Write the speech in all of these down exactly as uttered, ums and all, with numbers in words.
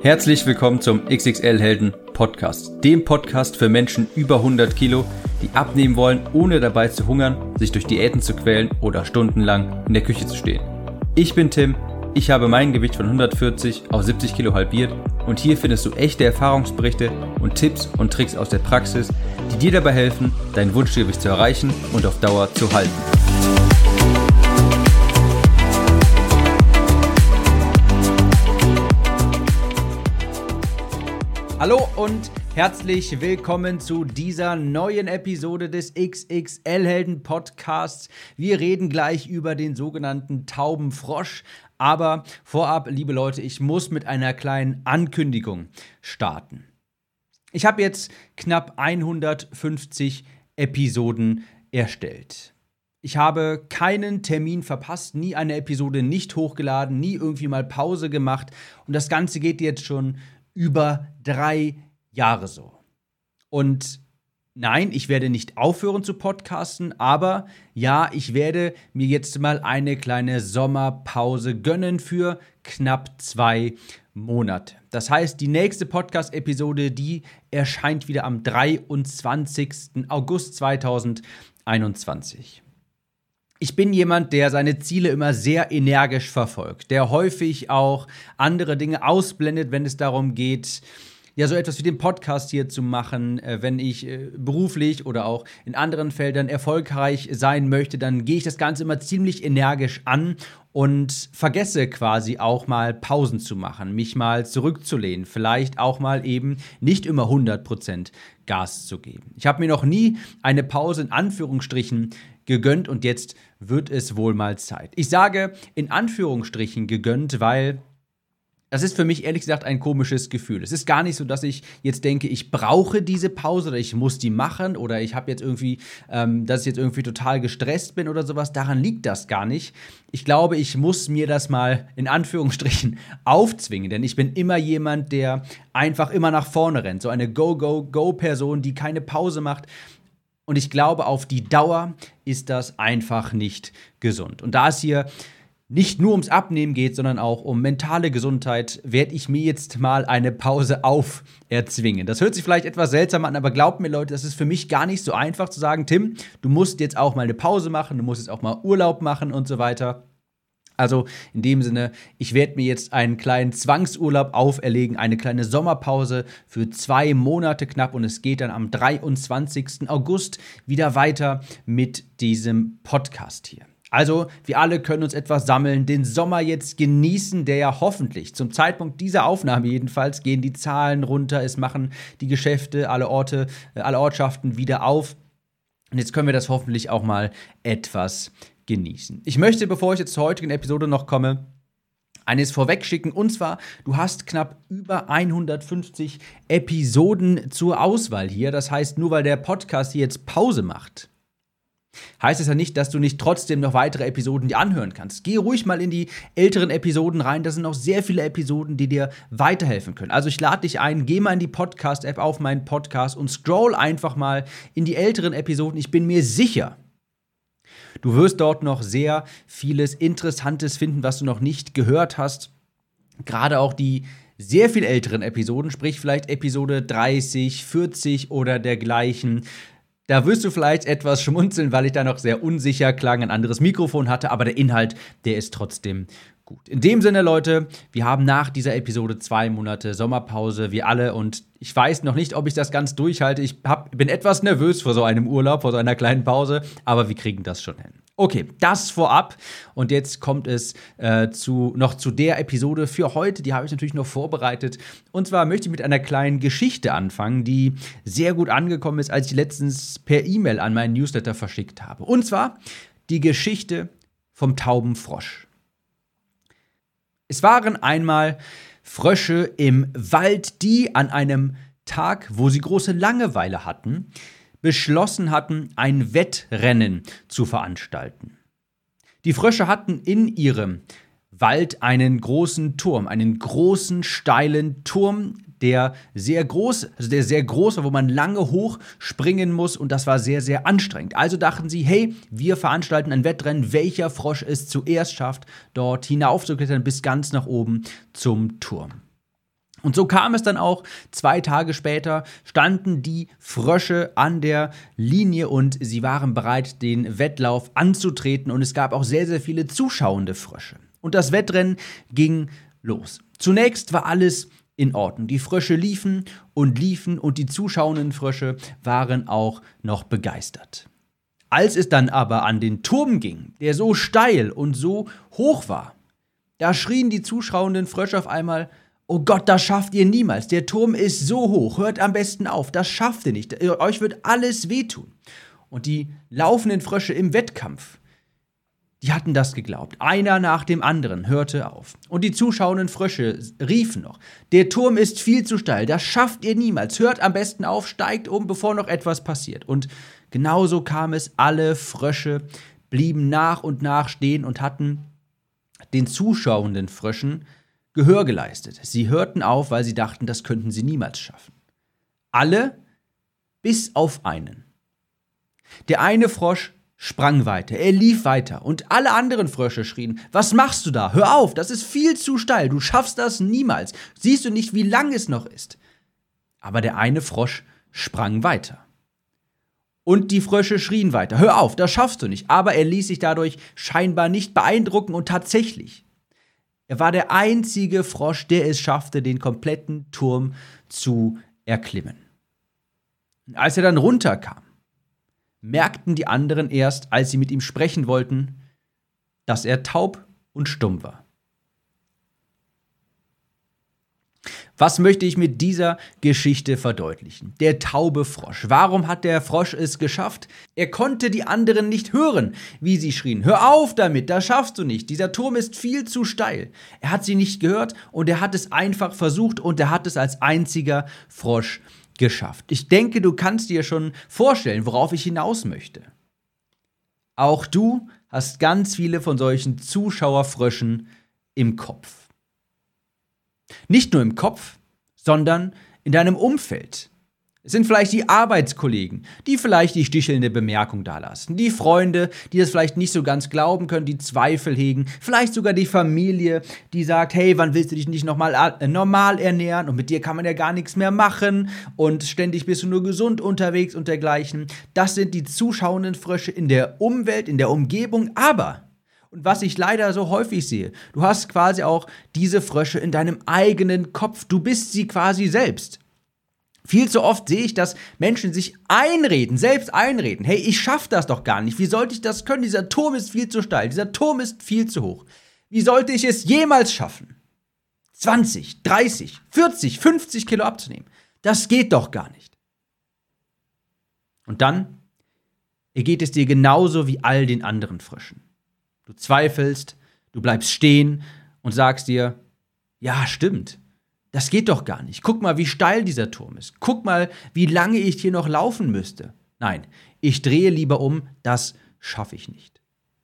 Herzlich willkommen zum X X L-Helden Podcast, dem Podcast für Menschen über hundert Kilo, die abnehmen wollen, ohne dabei zu hungern, sich durch Diäten zu quälen oder stundenlang in der Küche zu stehen. Ich bin Tim, ich habe mein Gewicht von hundertvierzig auf siebzig Kilo halbiert und hier findest du echte Erfahrungsberichte und Tipps und Tricks aus der Praxis, die dir dabei helfen, dein Wunschgewicht zu erreichen und auf Dauer zu halten. Hallo und herzlich willkommen zu dieser neuen Episode des X X L-Helden Podcasts. Wir reden gleich über den sogenannten Taubenfrosch, aber vorab, liebe Leute, ich muss mit einer kleinen Ankündigung starten. Ich habe jetzt knapp hundertfünfzig Episoden erstellt. Ich habe keinen Termin verpasst, nie eine Episode nicht hochgeladen, nie irgendwie mal Pause gemacht und das Ganze geht jetzt schon über drei Jahre so. Und nein, ich werde nicht aufhören zu podcasten, aber ja, ich werde mir jetzt mal eine kleine Sommerpause gönnen für knapp zwei Monate. Das heißt, die nächste Podcast-Episode, die erscheint wieder am dreiundzwanzigsten August zweitausendeinundzwanzig. Ich bin jemand, der seine Ziele immer sehr energisch verfolgt, der häufig auch andere Dinge ausblendet, wenn es darum geht, ja, so etwas wie den Podcast hier zu machen. Wenn ich äh, beruflich oder auch in anderen Feldern erfolgreich sein möchte, dann gehe ich das Ganze immer ziemlich energisch an und vergesse quasi auch mal Pausen zu machen, mich mal zurückzulehnen, vielleicht auch mal eben nicht immer hundert Prozent Gas zu geben. Ich habe mir noch nie eine Pause in Anführungsstrichen gegönnt und jetzt wird es wohl mal Zeit. Ich sage in Anführungsstrichen gegönnt, weil das ist für mich ehrlich gesagt ein komisches Gefühl. Es ist gar nicht so, dass ich jetzt denke, ich brauche diese Pause oder ich muss die machen oder ich habe jetzt irgendwie, ähm, dass ich jetzt irgendwie total gestresst bin oder sowas. Daran liegt das gar nicht. Ich glaube, ich muss mir das mal in Anführungsstrichen aufzwingen, denn ich bin immer jemand, der einfach immer nach vorne rennt. So eine Go-Go-Go-Person, die keine Pause macht. Und ich glaube, auf die Dauer ist das einfach nicht gesund. Und da es hier nicht nur ums Abnehmen geht, sondern auch um mentale Gesundheit, werde ich mir jetzt mal eine Pause auferzwingen. Das hört sich vielleicht etwas seltsam an, aber glaubt mir, Leute, das ist für mich gar nicht so einfach zu sagen, Tim, du musst jetzt auch mal eine Pause machen, du musst jetzt auch mal Urlaub machen und so weiter. Also in dem Sinne, ich werde mir jetzt einen kleinen Zwangsurlaub auferlegen, eine kleine Sommerpause für zwei Monate knapp und es geht dann am dreiundzwanzigsten August wieder weiter mit diesem Podcast hier. Also, wir alle können uns etwas sammeln, den Sommer jetzt genießen, der ja hoffentlich, zum Zeitpunkt dieser Aufnahme jedenfalls, gehen die Zahlen runter, es machen die Geschäfte, alle Orte, alle Ortschaften wieder auf. Und jetzt können wir das hoffentlich auch mal etwas genießen. Ich möchte, bevor ich jetzt zur heutigen Episode noch komme, eines vorweg schicken, und zwar, du hast knapp über hundertfünfzig Episoden zur Auswahl hier. Das heißt, nur weil der Podcast hier jetzt Pause macht, heißt es ja nicht, dass du nicht trotzdem noch weitere Episoden dir anhören kannst. Geh ruhig mal in die älteren Episoden rein. Da sind noch sehr viele Episoden, die dir weiterhelfen können. Also ich lade dich ein, geh mal in die Podcast-App auf meinen Podcast und scroll einfach mal in die älteren Episoden. Ich bin mir sicher, du wirst dort noch sehr vieles Interessantes finden, was du noch nicht gehört hast. Gerade auch die sehr viel älteren Episoden, sprich vielleicht Episode dreißig, vierzig oder dergleichen. Da wirst du vielleicht etwas schmunzeln, weil ich da noch sehr unsicher klang, ein anderes Mikrofon hatte, aber der Inhalt, der ist trotzdem gut. In dem Sinne, Leute, wir haben nach dieser Episode zwei Monate Sommerpause, wir alle, und ich weiß noch nicht, ob ich das ganz durchhalte. Ich hab, bin etwas nervös vor so einem Urlaub, vor so einer kleinen Pause, aber wir kriegen das schon hin. Okay, das vorab und jetzt kommt es äh, zu, noch zu der Episode für heute, die habe ich natürlich noch vorbereitet, und zwar möchte ich mit einer kleinen Geschichte anfangen, die sehr gut angekommen ist, als ich letztens per E-Mail an meinen Newsletter verschickt habe, und zwar die Geschichte vom Taubenfrosch. Es waren einmal Frösche im Wald, die an einem Tag, wo sie große Langeweile hatten, beschlossen hatten, ein Wettrennen zu veranstalten. Die Frösche hatten in ihrem Wald einen großen Turm, einen großen, steilen Turm, der sehr groß, also der sehr groß war, wo man lange hoch springen muss, und das war sehr, sehr anstrengend. Also dachten sie, hey, wir veranstalten ein Wettrennen, welcher Frosch es zuerst schafft, dort hinaufzuklettern bis ganz nach oben zum Turm. Und so kam es dann auch, zwei Tage später standen die Frösche an der Linie und sie waren bereit, den Wettlauf anzutreten. Und es gab auch sehr, sehr viele zuschauende Frösche. Und das Wettrennen ging los. Zunächst war alles in Ordnung. Die Frösche liefen und liefen und die zuschauenden Frösche waren auch noch begeistert. Als es dann aber an den Turm ging, der so steil und so hoch war, da schrien die zuschauenden Frösche auf einmal: Oh Gott, das schafft ihr niemals. Der Turm ist so hoch. Hört am besten auf. Das schafft ihr nicht. Euch wird alles wehtun. Und die laufenden Frösche im Wettkampf, die hatten das geglaubt. Einer nach dem anderen hörte auf. Und die zuschauenden Frösche riefen noch: Der Turm ist viel zu steil. Das schafft ihr niemals. Hört am besten auf, steigt um, bevor noch etwas passiert. Und genauso kam es. Alle Frösche blieben nach und nach stehen und hatten den zuschauenden Fröschen Gehör geleistet. Sie hörten auf, weil sie dachten, das könnten sie niemals schaffen. Alle, bis auf einen. Der eine Frosch sprang weiter, er lief weiter und alle anderen Frösche schrien: Was machst du da? Hör auf, das ist viel zu steil, du schaffst das niemals. Siehst du nicht, wie lang es noch ist? Aber der eine Frosch sprang weiter. Und die Frösche schrien weiter: Hör auf, das schaffst du nicht. Aber er ließ sich dadurch scheinbar nicht beeindrucken und tatsächlich, er war der einzige Frosch, der es schaffte, den kompletten Turm zu erklimmen. Und als er dann runterkam, merkten die anderen erst, als sie mit ihm sprechen wollten, dass er taub und stumm war. Was möchte ich mit dieser Geschichte verdeutlichen? Der taube Frosch. Warum hat der Frosch es geschafft? Er konnte die anderen nicht hören, wie sie schrien: Hör auf damit, das schaffst du nicht, dieser Turm ist viel zu steil. Er hat sie nicht gehört und er hat es einfach versucht und er hat es als einziger Frosch geschafft. Ich denke, du kannst dir schon vorstellen, worauf ich hinaus möchte. Auch du hast ganz viele von solchen Zuschauerfröschen im Kopf. Nicht nur im Kopf, sondern in deinem Umfeld. Es sind vielleicht die Arbeitskollegen, die vielleicht die stichelnde Bemerkung dalassen, die Freunde, die das vielleicht nicht so ganz glauben können, die Zweifel hegen, vielleicht sogar die Familie, die sagt: Hey, wann willst du dich nicht nochmal äh, normal ernähren und mit dir kann man ja gar nichts mehr machen und ständig bist du nur gesund unterwegs und dergleichen. Das sind die zuschauenden Frösche in der Umwelt, in der Umgebung, aber, und was ich leider so häufig sehe, du hast quasi auch diese Frösche in deinem eigenen Kopf, du bist sie quasi selbst. Viel zu oft sehe ich, dass Menschen sich einreden, selbst einreden: Hey, ich schaffe das doch gar nicht, wie sollte ich das können, dieser Turm ist viel zu steil, dieser Turm ist viel zu hoch. Wie sollte ich es jemals schaffen, zwanzig, dreißig, vierzig, fünfzig Kilo abzunehmen? Das geht doch gar nicht. Und dann ergeht es dir genauso wie all den anderen Fröschen. Du zweifelst, du bleibst stehen und sagst dir: Ja, stimmt. Das geht doch gar nicht. Guck mal, wie steil dieser Turm ist. Guck mal, wie lange ich hier noch laufen müsste. Nein, ich drehe lieber um, das schaffe ich nicht.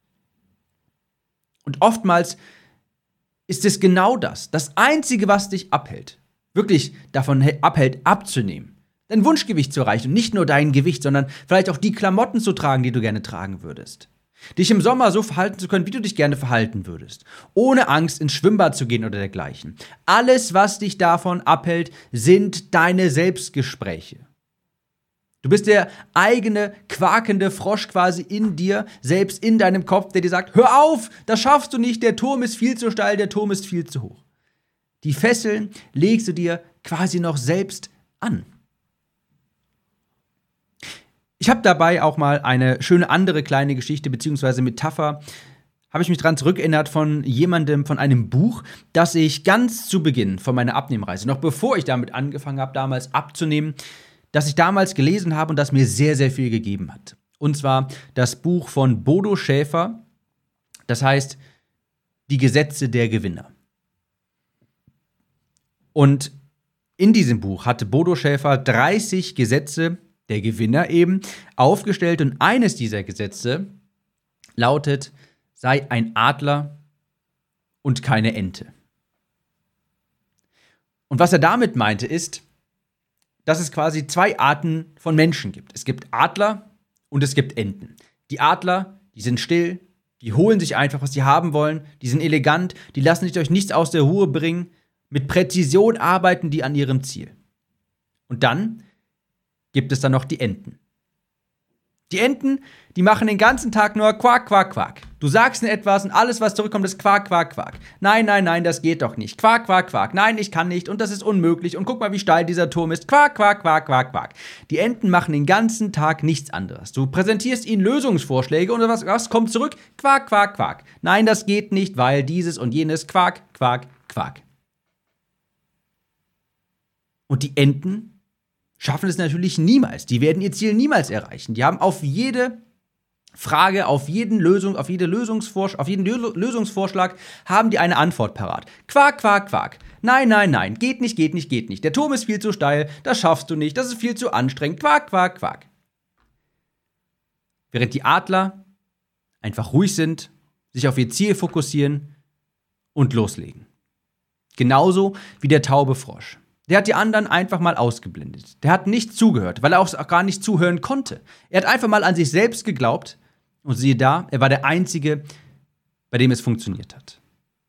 Und oftmals ist es genau das, das Einzige, was dich abhält, wirklich davon abhält, abzunehmen, dein Wunschgewicht zu erreichen. Und nicht nur dein Gewicht, sondern vielleicht auch die Klamotten zu tragen, die du gerne tragen würdest. Dich im Sommer so verhalten zu können, wie du dich gerne verhalten würdest. Ohne Angst ins Schwimmbad zu gehen oder dergleichen. Alles, was dich davon abhält, sind deine Selbstgespräche. Du bist der eigene, quakende Frosch quasi in dir, selbst in deinem Kopf, der dir sagt: Hör auf, das schaffst du nicht, der Turm ist viel zu steil, der Turm ist viel zu hoch. Die Fesseln legst du dir quasi noch selbst an. Ich habe dabei auch mal eine schöne andere kleine Geschichte bzw. Metapher, habe ich mich daran zurückerinnert von jemandem, von einem Buch, das ich ganz zu Beginn von meiner Abnehmreise, noch bevor ich damit angefangen habe, damals abzunehmen, das ich damals gelesen habe und das mir sehr, sehr viel gegeben hat. Und zwar das Buch von Bodo Schäfer, das heißt Die Gesetze der Gewinner. Und in diesem Buch hatte Bodo Schäfer dreißig Gesetze der Gewinner eben aufgestellt und eines dieser Gesetze lautet: Sei ein Adler und keine Ente. Und was er damit meinte ist, dass es quasi zwei Arten von Menschen gibt. Es gibt Adler und es gibt Enten. Die Adler, die sind still, die holen sich einfach, was sie haben wollen, die sind elegant, die lassen sich durch nichts aus der Ruhe bringen, Mit Präzision arbeiten die an ihrem Ziel. Und dann gibt es dann noch die Enten. Die Enten, die machen den ganzen Tag nur Quack, Quack, Quack. Du sagst ihnen etwas und alles, was zurückkommt, ist Quack, Quack, Quack. Nein, nein, nein, das geht doch nicht. Quack, Quack, Quack. Nein, ich kann nicht und das ist unmöglich und guck mal, wie steil dieser Turm ist. Quack, Quack, Quack, Quack, Quack. Die Enten machen den ganzen Tag nichts anderes. Du präsentierst ihnen Lösungsvorschläge und was, was kommt zurück? Quack, Quack, Quack. Nein, das geht nicht, weil dieses und jenes. Quack, Quack, Quack. Und die Enten schaffen es natürlich niemals. Die werden ihr Ziel niemals erreichen. Die haben auf jede Frage, auf jeden Lösung, auf jede Lösungsvors- auf jeden Lö- Lösungsvorschlag haben die eine Antwort parat. Quack, Quack, Quack. Nein, nein, nein. Geht nicht, geht nicht, geht nicht. Der Turm ist viel zu steil. Das schaffst du nicht. Das ist viel zu anstrengend. Quack, Quack, Quack. Während die Adler einfach ruhig sind, sich auf ihr Ziel fokussieren und loslegen. Genauso wie der taube Frosch. Der hat die anderen einfach mal ausgeblendet. Der hat nicht zugehört, weil er auch gar nicht zuhören konnte. Er hat einfach mal an sich selbst geglaubt und siehe da, er war der Einzige, bei dem es funktioniert hat.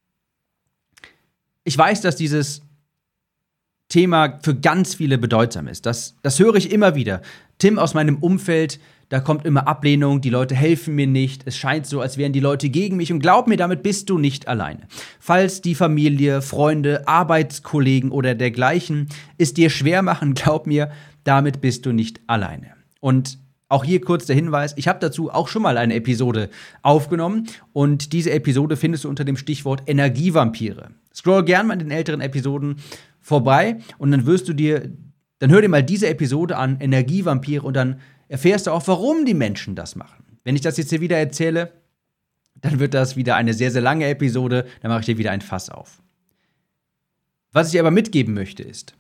Ich weiß, dass dieses Thema für ganz viele bedeutsam ist. Das, das höre ich immer wieder. Tim aus meinem Umfeld, da kommt immer Ablehnung, die Leute helfen mir nicht, es scheint so, als wären die Leute gegen mich und glaub mir, damit bist du nicht alleine. Falls die Familie, Freunde, Arbeitskollegen oder dergleichen es dir schwer machen, glaub mir, damit bist du nicht alleine. Und auch hier kurz der Hinweis, ich habe dazu auch schon mal eine Episode aufgenommen und diese Episode findest du unter dem Stichwort Energievampire. Scroll gern mal in den älteren Episoden vorbei und dann wirst du dir, dann hör dir mal diese Episode an, Energievampire, und dann erfährst du auch, warum die Menschen das machen. Wenn ich das jetzt hier wieder erzähle, dann wird das wieder eine sehr, sehr lange Episode, dann mache ich dir wieder ein Fass auf. Was ich dir aber mitgeben möchte ist,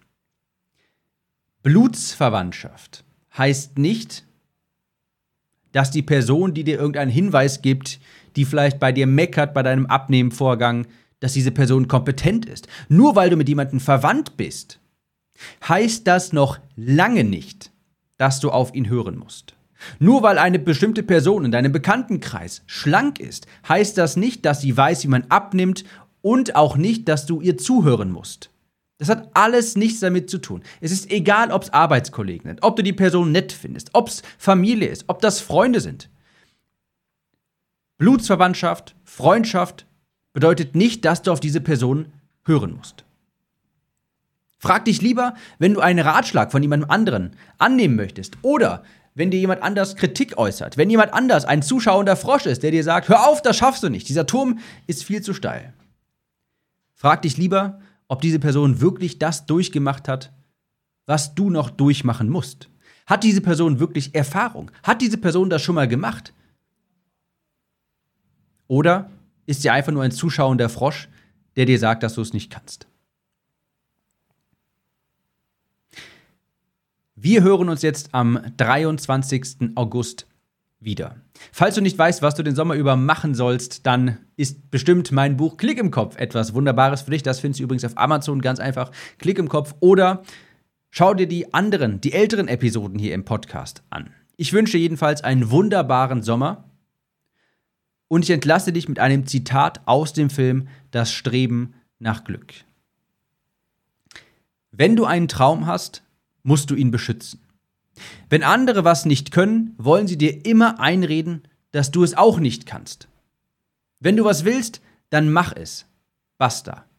Blutsverwandtschaft heißt nicht, dass die Person, die dir irgendeinen Hinweis gibt, die vielleicht bei dir meckert bei deinem Abnehmvorgang, dass diese Person kompetent ist. Nur weil du mit jemandem verwandt bist, heißt das noch lange nicht, dass du auf ihn hören musst. Nur weil eine bestimmte Person in deinem Bekanntenkreis schlank ist, heißt das nicht, dass sie weiß, wie man abnimmt und auch nicht, dass du ihr zuhören musst. Das hat alles nichts damit zu tun. Es ist egal, ob es Arbeitskollegen sind, ob du die Person nett findest, ob es Familie ist, ob das Freunde sind. Blutsverwandtschaft, Freundschaft bedeutet nicht, dass du auf diese Person hören musst. Frag dich lieber, wenn du einen Ratschlag von jemandem anderen annehmen möchtest oder wenn dir jemand anders Kritik äußert, wenn jemand anders ein zuschauender Frosch ist, der dir sagt, hör auf, das schaffst du nicht, dieser Turm ist viel zu steil. Frag dich lieber, ob diese Person wirklich das durchgemacht hat, was du noch durchmachen musst. Hat diese Person wirklich Erfahrung? Hat diese Person das schon mal gemacht? Oder ist sie einfach nur ein zuschauender Frosch, der dir sagt, dass du es nicht kannst? Wir hören uns jetzt am dreiundzwanzigsten August wieder. Falls du nicht weißt, was du den Sommer über machen sollst, dann ist bestimmt mein Buch Klick im Kopf etwas Wunderbares für dich. Das findest du übrigens auf Amazon ganz einfach. Klick im Kopf. Oder schau dir die anderen, die älteren Episoden hier im Podcast an. Ich wünsche jedenfalls einen wunderbaren Sommer und ich entlasse dich mit einem Zitat aus dem Film Das Streben nach Glück. Wenn du einen Traum hast, musst du ihn beschützen. Wenn andere was nicht können, wollen sie dir immer einreden, dass du es auch nicht kannst. Wenn du was willst, dann mach es. Basta.